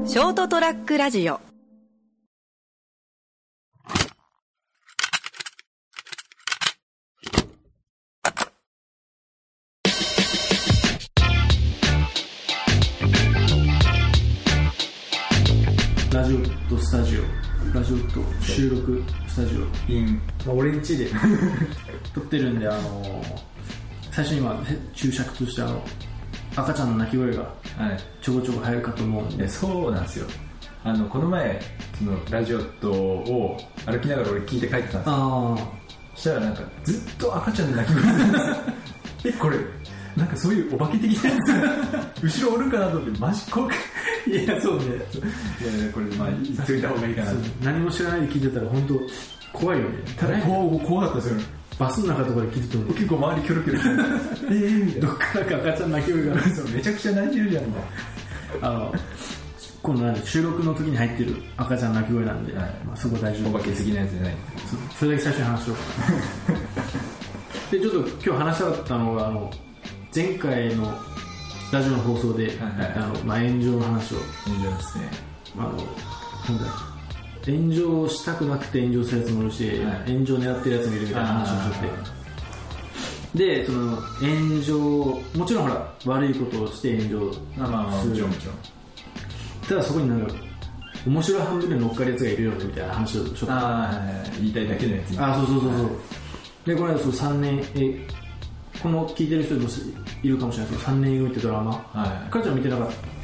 ショートトラックラジオ。 ラジオとスタジオ、ラジオと収録スタジオイン、俺ん家で撮ってるんで、最初に注釈として赤ちゃんの泣き声がちょこちょこ入るかと思うんで、 そうなんですよ。この前そのラジオとを歩きながら俺聞いて帰ってたんですよ。そしたらなんかずっと赤ちゃんの泣き声なんですよ。これなんかそういうお化け的なやつ後ろおるかなと思って、マジ怖くいやそうね、 いやこれ言っといた方がいいかな。 何も知らないで聞いてたら本当怖いよね。 ただ怖かったですよね。 バスの中とかで聞いてても結構周りキョロキョロしてどっからか赤ちゃん泣き声がめちゃくちゃ泣いてるじゃんみたいな。 この収録の時に入ってる赤ちゃん泣き声なんで、そこ大丈夫。 お化け的なやつじゃない。 それだけ最初に話しようかなでちょっと今日話したかったのが前回のラジオの放送で、炎上の話を。 炎上ですね。 炎上したくなくて炎上するやつもいるし、炎上狙ってるやつもいるみたいな話をしてて、でその炎上、もちろんほら悪いことをして炎上する、 もちろんただそこになんか面白い半分で乗っかるやつがいるよねみたいな話をちょっと言いたいだけのやつ。 そうでこれは3年この聞いてる人もいるかもしれないですけど、3年組ってドラマ、彼女は見てなかった。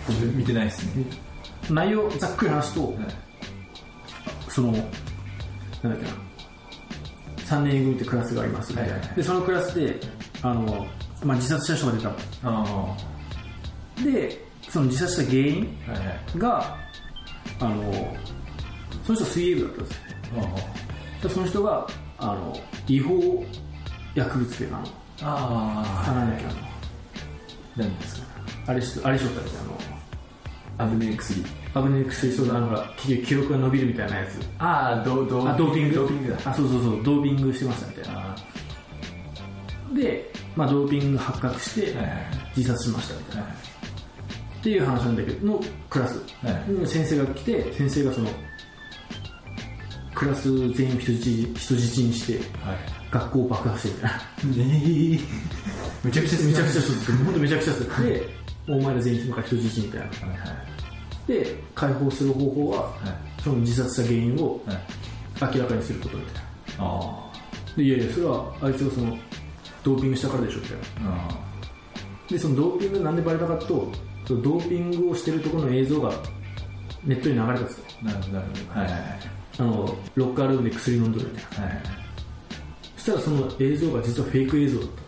自分見てないですね。 内容ざっくり話すと、そのなんだっけな、3年組ってクラスがありますみたいな、でそのクラスで自殺した人が出たの。でその自殺した原因が、その人は水泳部だったんですよ。その人が違法薬物でなんだっけ何ですか、 あれしょったみたいな危ねえ薬、 そうだ、結局記録が伸びるみたいなやつ。 ドーピングだ。 そうドーピングしてましたみたいな。で、ドーピング発覚して自殺しましたみたいな、っていう話なんだけどのクラス、先生が来て、先生がそのクラス全員を人質にして、学校を爆破してみたいな。 めちゃくちゃする。本当めちゃくちゃする。で、お前ら全員人質みたいな。で、解放する方法は、その自殺した原因を明らかにすることみたいな。で、いやそれはあいつがそのドーピングしたからでしょみたいな。で、そのドーピングなんでバレたかと、ドーピングをしてるところの映像がネットに流れたんですよ。 なるほど。 ロッカールームで薬飲んどるみたいな。そしたらその映像が実はフェイク映像だった。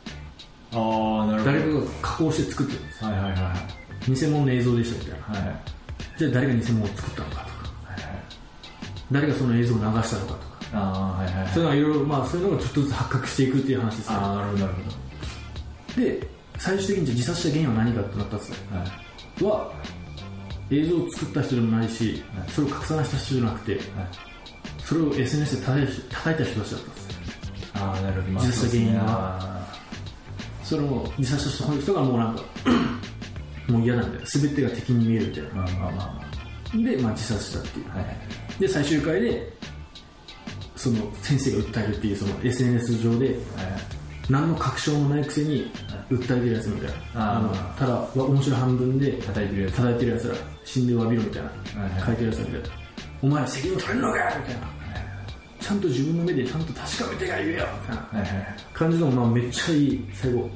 なるほど。 誰かが加工して作ってるんです。偽物の映像でしたみたいな。じゃあ誰が偽物を作ったのかとか、誰がその映像を流したのかとか、そういうのがいろいろ、そういうのがちょっとずつ発覚していくっていう話ですよ。 なるほど。 で、最終的に自殺した原因は何かってなったんですよ。は映像を作った人でもないし、それを拡散した人じゃなくて、それを SNS で叩いた人たちだったんですよ。 なるほど。 自殺した原因は、それを自殺した人がもうなんかもう嫌なんだよ、全てが敵に見えるみたいな。で、自殺したっていう。で、最終回でその先生が訴えるっていう、その SNS 上で何の確証もないくせに訴えてるやつみたいな。ただ面白い半分で叩いてるやつら死んで詫びろみたいな、書いてるやつみたいな。お前ら責任取れるのかよみたいな。ちゃんと自分の目でちゃんと確かめてから言えよみたいな感じの、めっちゃいい最後。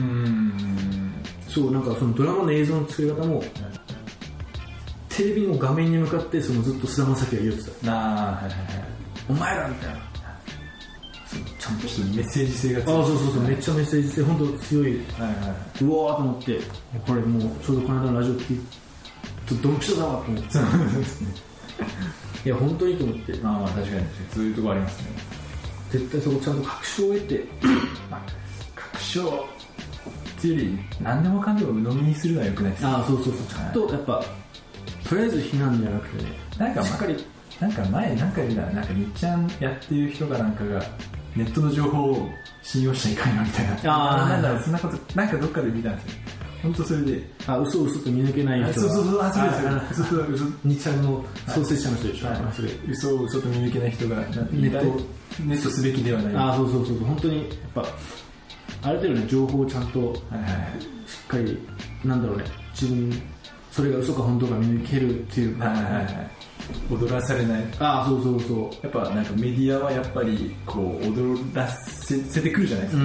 そう、なんかそのドラマの映像の作り方も、テレビの画面に向かってそのずっと菅田将暉が言ってた。お前らみたいな。 ちゃんとしたメッセージ性が強い。そうめっちゃメッセージ性本当強い。うわーと思って、これもうちょうどこの間のラジオ聞いてドンピシャだわと思って。いや本当にと思って。 確かにそういうところありますね。 絶対そこちゃんと確証を得て、 確証っていうより何でもかんでも鵜呑みにするのは良くないですか。 そうちゃんとやっぱとりあえず非難じゃなくてね、しっかり。 なんか前なんか言うな、なんかにっちゃんやってる人がなんかがネットの情報を信用しちゃいかんよみたいな。なんだろう、そんなことなんかどっかで見たんですよ。 本当それで嘘と見抜けない人そうそう嘘日ちゃんの創設者の人でしょ、それ嘘と見抜けない人がネットすべきではない。 そう本当にやっぱある程度ね情報をちゃんとしっかりなんだろうね、自分それが嘘か本当か見抜けるっていうか、 踊らされない。 そうやっぱなんかメディアはやっぱりこう踊らせてくるじゃないですか。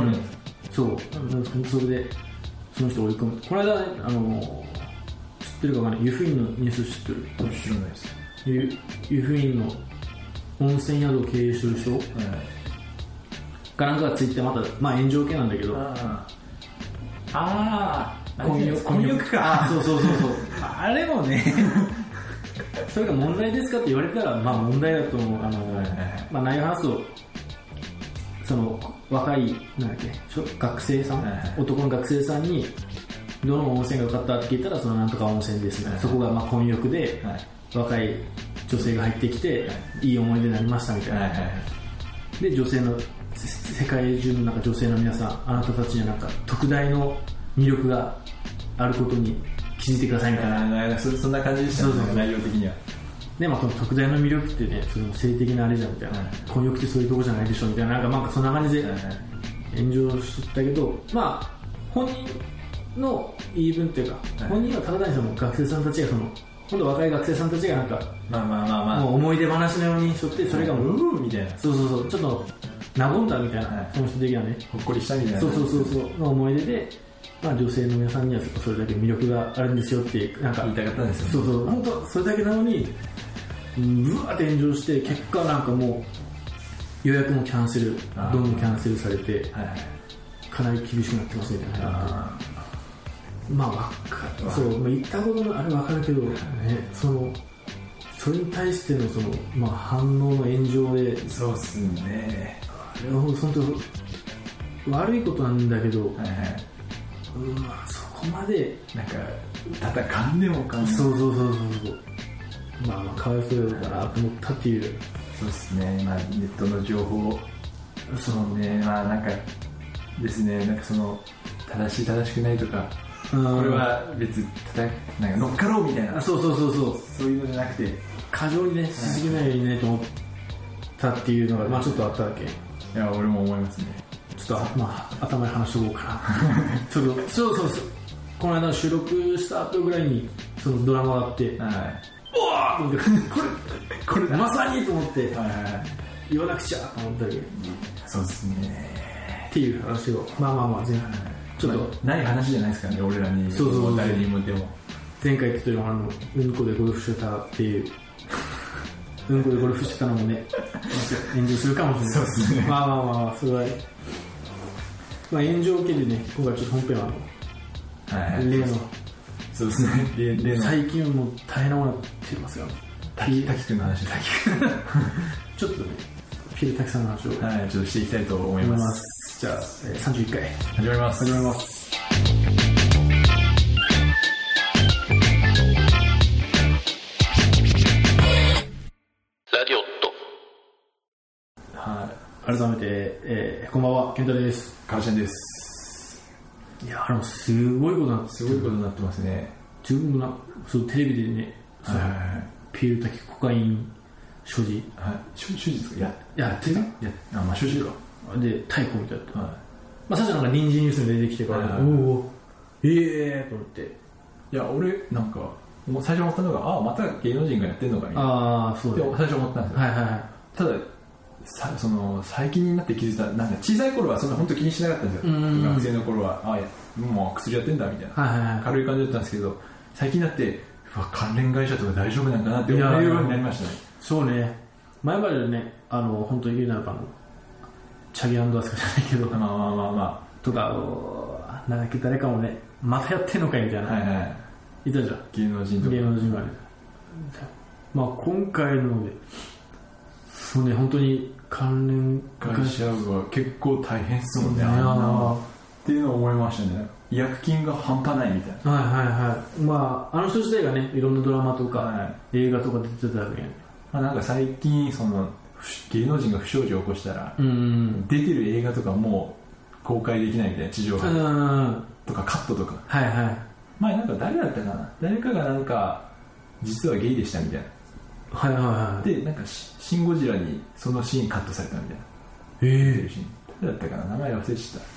それでその人を追い込む。この間ね、知ってるかわかんない、湯布院のニュース知ってる？ 知らないです。 湯布院の温泉宿を経営してる人がなんかツイッターまあ炎上系なんだけど、 混浴か。 そうあれもねそれが問題ですかって言われたらまあ問題だと思う。まあ内容話すと、その若い学生さん、男の学生さんにどの温泉が良かったって聞いたら、そのなんとか温泉ですみたいな、そこがまあ混浴で、若い女性が入ってきて、いい思い出になりましたみたいな、で女性の世界中のなんか女性の皆さん、あなたたちにはなんか特大の魅力があることに気づいてくださいみたいな、 そんな感じでしたね、内容的には。 でその特大の魅力ってね、その性的なあれじゃんみたいな、混浴ってそういうとこじゃないでしょみたいな、なんかそんな感じで炎上しとったけど、まあ本人の言い分っていうか、本人はただ単にその学生さんたちが今度若い学生さんたちがなんかもう思い出話のようにしとって、それがもうみたいな、 そうちょっと和んだみたいな、その人的にはね、 ほっこりしたみたいな、 そうの思い出で、まあ、女性の皆さんにはそれだけ魅力があるんですよってなんか言いたかったんですよ、 そう本当それだけなのにブワーって炎上して、結果なんかもう予約もキャンセル、どんどんキャンセルされて、かなり厳しくなってますみたいな。まあ言ったことのあれ分かるけど、ね、それに対してのまあ、反応の炎上で、 そうっすね、 あれは本当悪いことなんだけど、まあ、そこまでなんか戦んでもかんそうまあかわいそうだなと思ったっていう。 そうですね、まあ、ネットの情報、まあなんかですね、なんか正しい正しくないとか、これは別になんか乗っかろうみたいな、 そういうのじゃなくて、 過剰にねしすぎないようにねと思ったっていうのが、まあちょっとあったわけ。 いや俺も思いますね。 ちょっとまあ頭に話しておこうかなちょっとそうこの間収録した後ぐらいにそのドラマがあって、うわこれまさにと思って、言わなくちゃと思ったけど、 そうですねっていう話をまあ前回ちょっとない話じゃないですかね、俺らに誰にも。でも前回言ったようにうんこでゴルフしてたっていううんこでゴルフしてたのもね炎上するかもしれない。 そうですね、 まあそれはまあ炎上を受けてね、今回ちょっと本編は例の、 そうですね、例の最近もう大変なものになってますよ。 滝君の話ちょっとねピル滝さんの話をちょっとしていきたいと思います。 じゃあ31回始まります。 ラディオット。改めて、こんばんは、健太です。 カーシャンです。 いやすごいことになってますね。 自分もテレビでね、ピル滝コカイン所持ですか？ やってた？ まあ所持か。 で逮捕みたいな。まあ最初なんか臨時ニュースに出てきてから、と思って。 いや俺なんかもう最初思ったのがまた芸能人がやってんのかみたいな。 そうだ。 最初思ったんですよ。ただ最近になって気づいた、なんか小さい頃はそんな本当気にしなかったんですよ。学生の頃はもう薬やってんだみたいな、軽い感じだったんですけど、最近になって関連会社とか大丈夫なんかなって思えるようになりましたね。 そうね、前までね本当に言うならばチャギ&アスカじゃないけどとかなんだっけ、誰かもねまたやってんのかいみたいな、いたじゃん、 芸能人とか。 まあ今回のでそうね、本当に関連会社は結構大変そうね、っていうのを思いましたね。違約金が半端ないみたいな。まあ人自体がねいろんなドラマとか、映画とか出てたわけね。なんか最近芸能人が不祥事を起こしたら、出てる映画とかもう公開できないみたいな、地上波っとかカットとか、 はいはい、 前なんか誰だったかな、誰かがなんか実はゲイでしたみたいな、 はいはいはい、 でなんかシン・ゴジラにそのシーンカットされたみたいな、誰だったかな、名前忘れちゃった。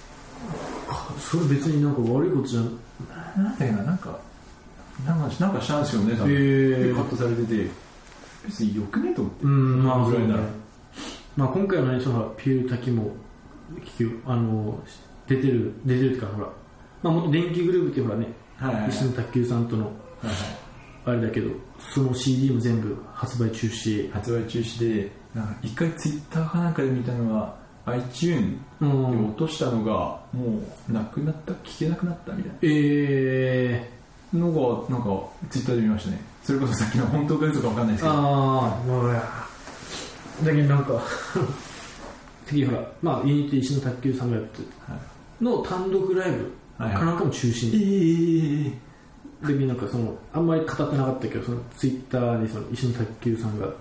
それ別になんか悪いことじゃなんだよな、なんかしたんですよね多分、でカットされてて別によくねと思って、 まあぐらいなら、 まあ、今回のね、そのピエール滝も出てるっていうか、ほら、まあ、元電気グループってほらね、石野卓球さんとの、あれだけど、その CD も全部発売中止で、なんか一回ツイッターかなんかで見たのは iTunes で落としたのがもうなくなった、聞けなくなったみたいな、のがなんかツイッターで見ましたね。それこそさっきの本当か嘘か分かんないですけど、 だけどなんか次ほら、まあ、ユニティ石野卓球さんがやっての単独ライブかなんかも中止に、でなんかそのあんまり語ってなかったけど、そのツイッターでその石野卓球さんが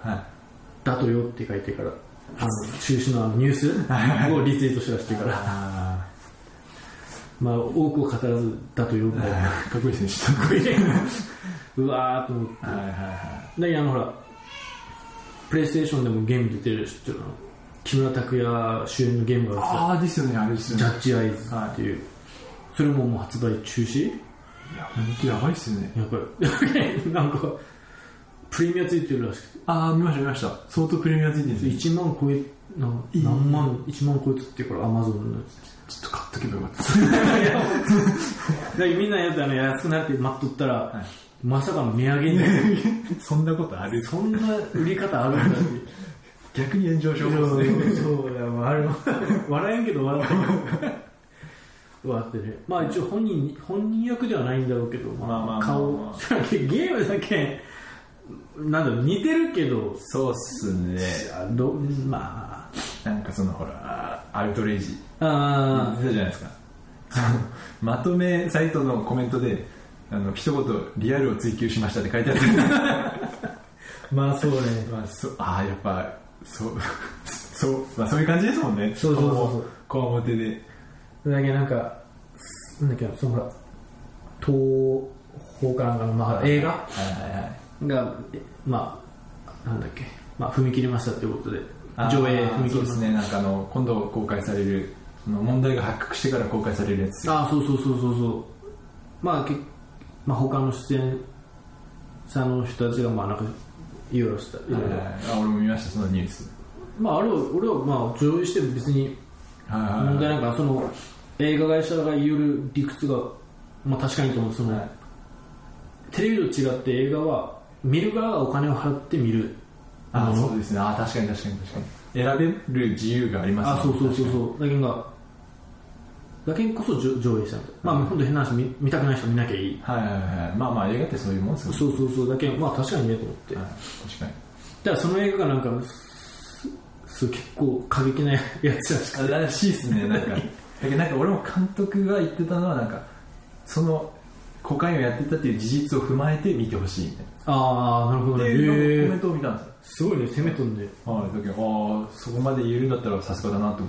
「だとよ」って書いてから中止のニュースをリツイートしたらしてからまあ多くを語らず「だとよ」みたいな、 かっこいいですね、かっこいいうわーと思って、だけどほらプレイステーションでもゲーム出てる人の木村拓哉主演のゲームがですよね、あれですよね、 ジャッジアイズっていう、それももう発売中止。いや本当やばいっすよね、 やっぱりなんかプレミアついてるらしくて、 見ました、相当プレミアついてるんですよ、 1万超え何万、1万超えつってからアマゾンのやつちょっと買っとけばよかっただみんなやったら安くなるって待っとったら、まさかの値上げになるそんなことある、 そんな売り方あるんだって逆に炎上しようですね。 そうだよ、あれ笑えんけど笑ってね、まあ一応本人役ではないんだろうけど、まあ顔ゲームだけなんだろう、似てるけど、 そうっすね、 まあなんかそのほらアウトレイジ似てたじゃないですかまとめサイトのコメントで一言リアルを追求しましたって書いてあったまあそうね、 やっぱそうまあ、そういう感じですもんね。 そうこわもてでだけなんかなんだっけ、そのほら東宝かなんかの、まあ、映画がまあなんだっけ、まあ踏み切りましたということで上映踏み切りました。そうですね、なんか今度公開されるその問題が発覚してから公開されるやつ。 そうまあ他の出演者の人たちがまあなんかいろいろした、 俺も見ました、そのニュース。 まあ俺はまあ上映して別に問題なんか、その映画会社が言う理屈がまあ確かにと思う。そのテレビと違って映画は見る側がお金を払って見る。 そうですね。確かに選べる自由がありますね。 そうだけこそ上映したみたいな。まあ本当変な話、見たくない人見なきゃいい。まあ映画ってそういうもんですよね。そうだけまあ確かにねと思って。確かに。だからその映画がなんか結構過激なやつらしくて。 らしいですね。なんか俺も監督が言ってたのはなんかそのコカインをやってたっていう事実を踏まえて見てほしいみたいな。 なるほどね。 コメントを見たんですよ。 すごいね、攻めとんで。 だけどそこまで言えるんだったらさすがだなと思って。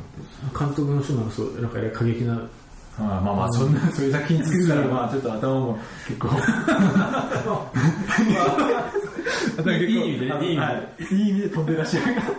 監督の人もそうなんか過激な。 まあそういう作品作るからまあちょっと頭も結構いい意味で飛んでらっしゃる。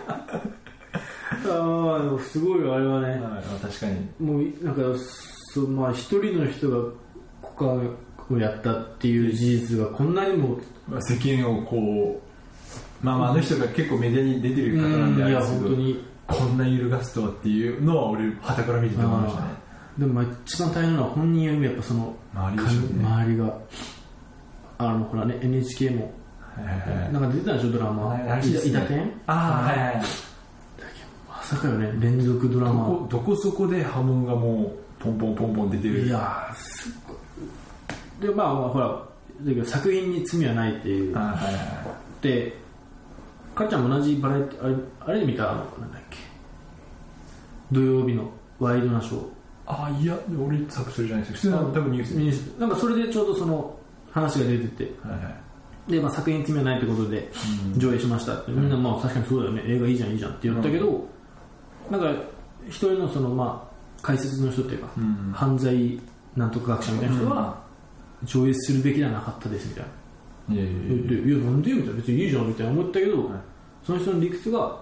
すごいよあれはね。 確かに。 もうなんかまあ一人の人がコカをやったっていう事実がこんなにも世間をこう。あの人が結構メディアに出てる方なんであれですけど、こんな揺るがすとはっていうのは俺傍から見てて思いましたね。 でも一番大変なのは本人よりもやっぱその周りがほらね NHK もなんか出てたんでしょ、ドラマイダテン。まさかよね、連続ドラマどこそこで波紋がもうポンポン出てる。 いやすごい。でまあほらだけど作品に罪はないっていうで、かっちゃんも同じバラエティあれで見たなんだっけ、土曜日のワイドナショー。 いや俺それじゃないですよ、普通の多分ニュースなんかそれでちょうどその話が出てて、でまあ作品に罪はないってことで上映しましたって、みんなまあ確かにそうだよね、映画いいじゃんって言ったけど、なんか一人のそのまあ解説の人っていうか、犯罪なんとか学者みたいな人は上映するべきではなかったですみたいな。いやなんでみたいな、別にいいじゃんみたいな思ったけど、その人の理屈が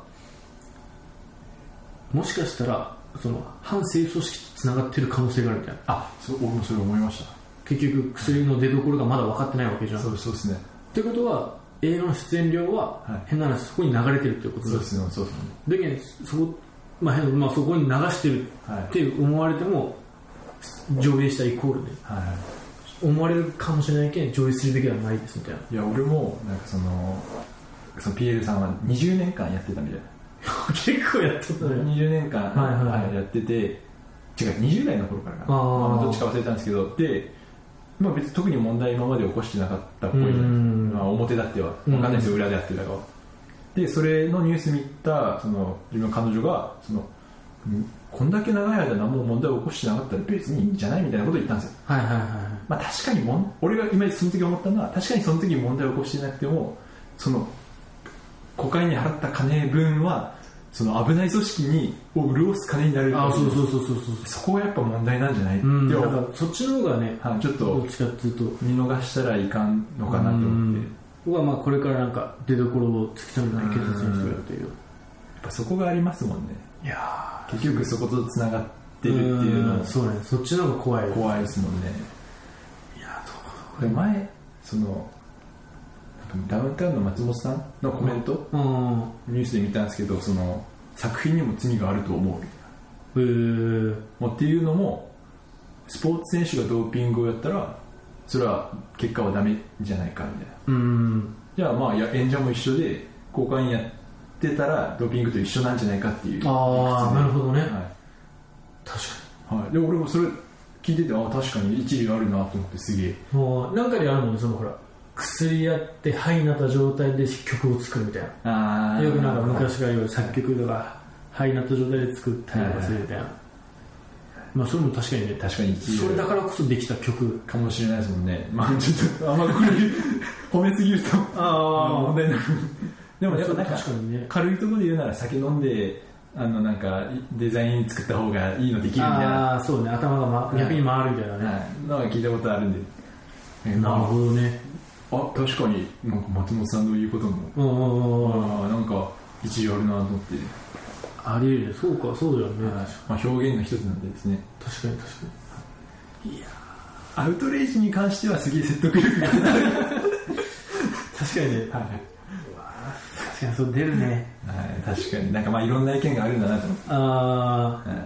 もしかしたらその反政府組織とつながってる可能性があるみたいな。 僕もそれ思いました。 結局薬の出所がまだ分かってないわけじゃん。 そうですね。 ってことは映画の出演料は変な話、そこに流れてるっていうことです。 そうですね。 だけどそこに流してるって思われても上映したイコールで、思われるかもしれないけん上映するべきではないですみたいな。 いや俺もなんかそのピエールさんは20年間やってたみたいな。 結構やってたね。 20年間、やってて、違う20代の頃からかな、どっちか忘れたんですけど、で、別に特に問題今まで起こしてなかったっぽいじゃないですか。表立っては分かんないですよ、裏でやってたかは。でそれのニュース見たその自分の彼女がこんだけ長い間何も問題を起こしてなかったら別にいいんじゃないみたいなことを言ったんですよ。確かに俺が今その時思ったのは、確かにその時問題を起こしてなくてもその国会に払った金分はその危ない組織を潤す金になる。そこがやっぱ問題なんじゃないってそっちの方がね、 ちょっとどっちかっていうと見逃したらいかんのかなと思って、 僕はこれからなんか出どころを突き止めない警察の人がという、やっぱそこがありますもんね。 いや結局そことつながってるっていうのはそうね、そっちの方が怖いですもんね。 いやで前そのダウンタウンの松本さんのコメント、ニュースで見たんですけど、その作品にも罪があると思うみたいな。っていうのもスポーツ選手がドーピングをやったらそれは結果はダメじゃないかみたいな。じゃあ演者も一緒で交換やってたらドーピングと一緒なんじゃないかっていう。 なるほどね。確かに。で俺もそれ聞いてて確かに一理あるなと思って、すげえ。 なんかであるのね、そのほら薬やってハイになった状態で曲を作るみたいな。よくなんか昔から言う作曲とかハイになった状態で作ったりとかするみたいな。それも確かにね、それだからこそできた曲かもしれないですもんね。ちょっとあんまこれ褒めすぎると問題なく。でもやっぱなんか軽いところで言うなら酒飲んでなんかデザイン作った方がいいのできるみたいな。 そうね、頭が逆に回るみたいなね。 のは聞いたことあるんで。 なるほどね。 確かになんか松本さんの言うこともなんか一理あるなと思って。 あり得るね。そうだよね。 表現の一つなんでですね。 確かに。いやアウトレイジに関してはすげえ説得力がある。 確かにね。確かにそう出るね。 確かになんかいろんな意見があるんだなと思って。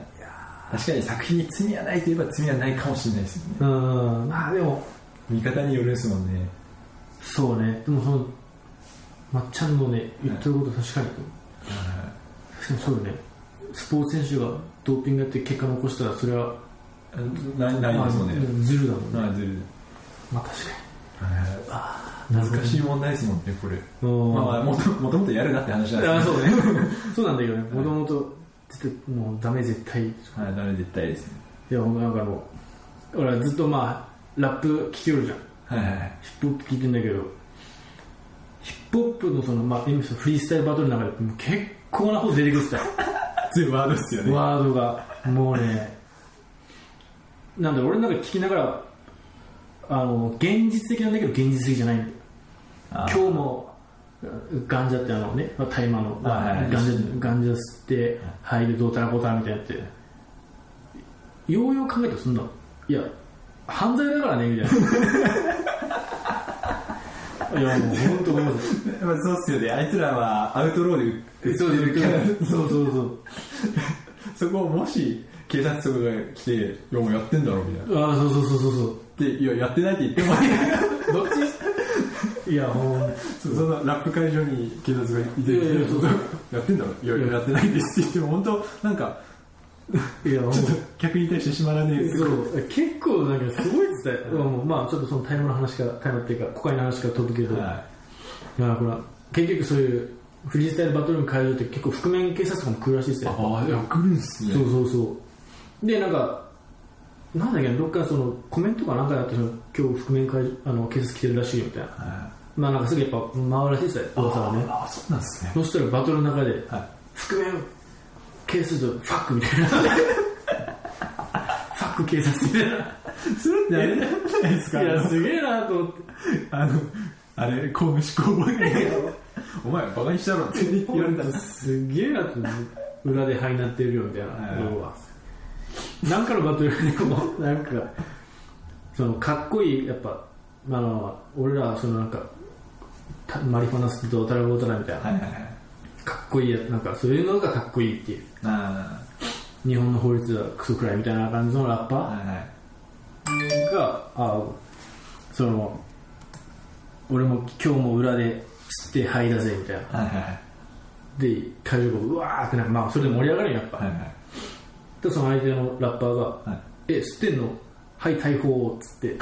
確かに作品に罪はないといえば罪はないかもしれないですよね。 でも見方によるんですもんね。 そうね。でもそのまっちゃんのね言ってること確かにと。確かにそうよね。スポーツ選手がドーピングやって結果残したらそれはないですもんね。 ズルだもんね。 ズル。 確かに。 難しい問題ですもんねこれ。もともとやるなって話なんですそうね。そうなんだけどね。もともともうダメ絶対。 ダメ絶対ですね。 いやなんか俺はずっとラップ聴けるじゃん。ヒップホップ聴いてんだけど、ヒップホップのそのフリースタイルバトルの中で結構なこと出てくるっすよ。 強いワードっすよね。 ワードがもうね、なんだろう、俺なんか聞きながら現実的なんだけど現実的じゃないんだよ。今日もガンジャって大麻のガンジャ吸って肺でどうたらこうたらみたいなやって、ようよう考えたらそんな、いや犯罪だからねみたいな。いやもう本当思います。 そうっすよね。あいつらはアウトローで売ってるから。 そうそこをもし警察とかが来て、いやもうやってんだろみたいな。 そうで、いややってないって言ってもどっち？いやもうそのラップ会場に警察がいて、やってんだろ。いややってないですって言っても本当なんか。ちょっと客に対して閉まらねえ。 そう結構なんかすごいですね。ちょっとそのタイムの話からタイムっていうか国会の話から飛ぶけど、これ結局そういうフリースタイルバトルの会場って結構覆面警察とかも来るらしいですよ。 来るんですね。 そうでなんだっけどっかそのコメントかなんかやって今日覆面警察来てるらしいよみたいな。なんかすぐやっぱ回るらしいですよ噂はね。 そうなんですね。 そしたらバトルの中で覆面警察とファックみたいなファック警察みたいなそれってあれじゃないですか。 いやすげえなと思って、 あれ公務執行妨害お前バカにしたろって言われたらすげえなと、裏で灰になってるよみたいな、なんかのバトルでもなんかそのかっこいい、やっぱ俺らはそのなんかマリファナスとタラゴータラみたいな、はいはいはい、かっこいいや、なんかそういうのがかっこいいっていう、日本の法律はクソくらいみたいな感じのラッパー、はいはい、がその俺も今日も裏で吸って灰だぜみたいな、はいはい、で会場がうわーってなんか、まあそれで盛り上がるんやっぱ、はいはい、でその相手のラッパーが、はい、吸ってんの、はい逮捕っつって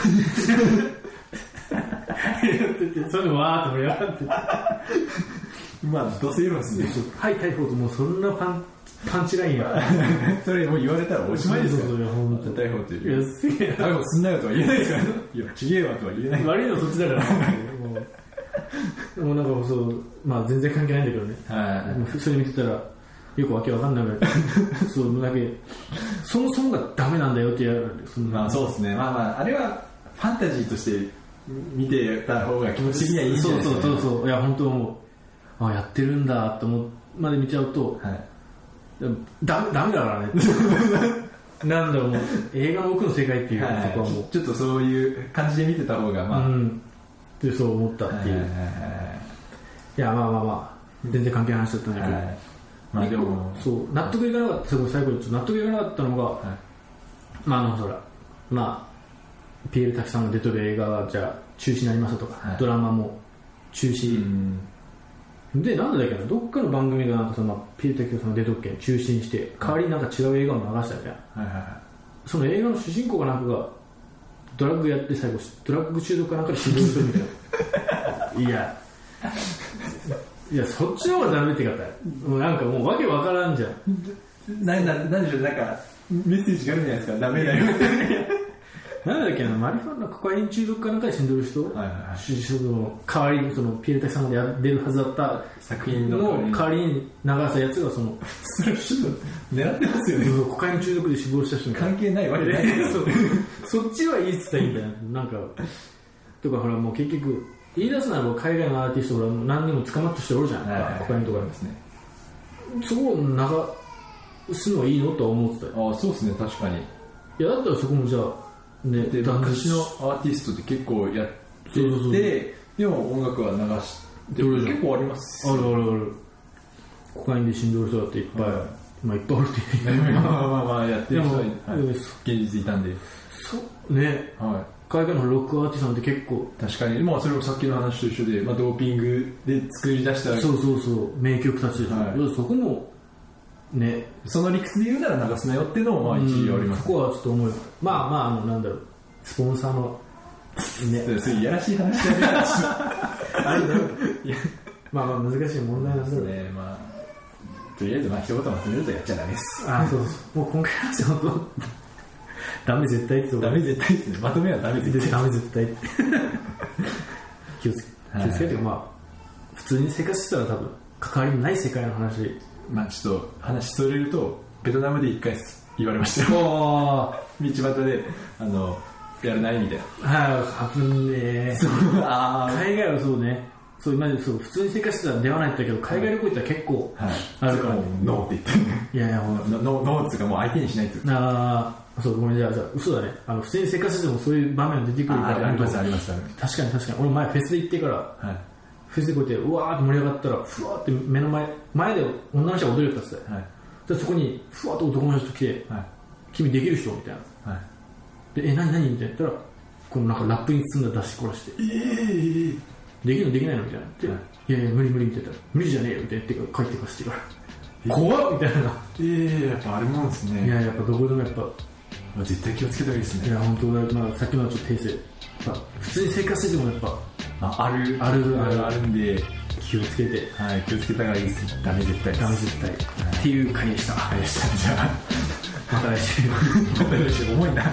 それでわーって盛り上がってまあどうせ言うんですね、 はい逮捕ともうそんなパンチラインやそれもう言われたらおしまいですよ。そう逮捕っていう。逮捕すんなよとは言えないですからね。いやちげえわとは言えない。 悪いのそっちだからもうなんかそう、まあ全然関係ないんだけどね、はい、それ見てたらよくわけわかんないぐらいそうだけそもそもがダメなんだよってやる。 まあそうですね、まあまああれはファンタジーとして見てた方が気持ち的にはいいんじゃないですか、ね、 そういや本当もうやってるんだと思うまで見ちゃうと、はい、ダメだからねなんだろう、もう映画の奥の世界っていう、はいはい、そこはもうちょっとそういう感じで見てた方がまあ、 ってそう思ったっていう、いやまあ全然関係ない話だったんだけど、まあでもそう納得いかなかった、最後に納得いかなかったのが、まあほらまあピエール滝さんが出てる映画がじゃあ中止になりましたとか、ドラマも中止で、なんだっけな、どっかの番組がなんかそのピエール滝さんが出とっけん中止にして代わりになんか違う映画を流したみたいな、その映画の主人公かなんかがドラッグやって最後ドラッグ中毒かなんかで死亡するみたいないやそっちの方がダメって方もうなんかもうわけわからんじゃん。 なんでしょう、なんかメッセージがあるんじゃないですか、ダメだよなんだっけな、マリファナコカイン中毒かなんかで死んでる人、その代わりにそのピエール滝さんが出るはずだった作品の代わりに流したやつがそのそれちょっと狙ってますよね。 コカイン中毒で死亡した人に関係ないわけないそっちはいいって言ったらいいんだよなんかとかほらもう結局言い出すなら海外のアーティストが何人も捕まった人おるじゃん、コカインとかですね、そこを流すのはいいのとは思ってたよ。 そうですね、確かに。 いやだったらそこもじゃあね、 で昔のアーティストって結構やってて、でも音楽は流してる結構あります。 あるコカインで死んでる人だっていっぱい、まあいっぱいあるってまあやってる人は現実いたんで、 そうね、海外のロックアーティストなんて結構確かに、まあそれもさっきの話と一緒で、まあドーピングで作り出したそう名曲たちでしょ、そこもね、 その理屈で言うなら流すなよっていうのもまあ一理あります、 そこはちょっと思う。まあなんだろう、スポンサーのね、そういういやらしい話じゃないあれだろうまあ難しい問題なんだろうね。まあとりあえず一言まとめるとやっちゃダメです。 そうもう今回はちょっとダメ絶対ってダメ絶対ってまとめはダメ絶対って気をつけて、まあ普通に生活したら多分関わりのない世界の話。 まあちょっと話それるとベトナムで1回言われましたよ道端でやらないみたいな。危ねえ。海外はそうね、そう今までそう普通に生活してたら出会わないって言ったけど、海外旅行行ったら結構あるから、 ノーって言っていやノーっていうかもう相手にしないっていうそうごめん、じゃあ嘘だね、普通に生活してもそういう場面が出てくるから。 あります確かに俺前フェスで行ってから、フェスでこうやってうわーって盛り上がったらふわーって目の前で女の人が踊るやつだって、でそこにふわーっと男の人来て、君できる人みたいな、で何みたいな言ったら、このなんかラップに包んだ出しこらして、できるのできないのみたいなって、いや無理みたいな言ったら、無理じゃねえよみたいな言って帰ってかしてから怖っみたいな。 やっぱあれもんですね。 いややっぱどこでもやっぱ絶対気をつけた方がいいですね。 いや本当だ、まあ、さっきのはちょっと訂正、普通に生活しててもやっぱあるんで気をつけて、 気をつけた方がいいです。ダメ絶対っていう回でした。 じゃあまた来週重いな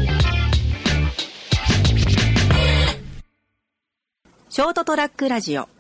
ショートトラックラジオ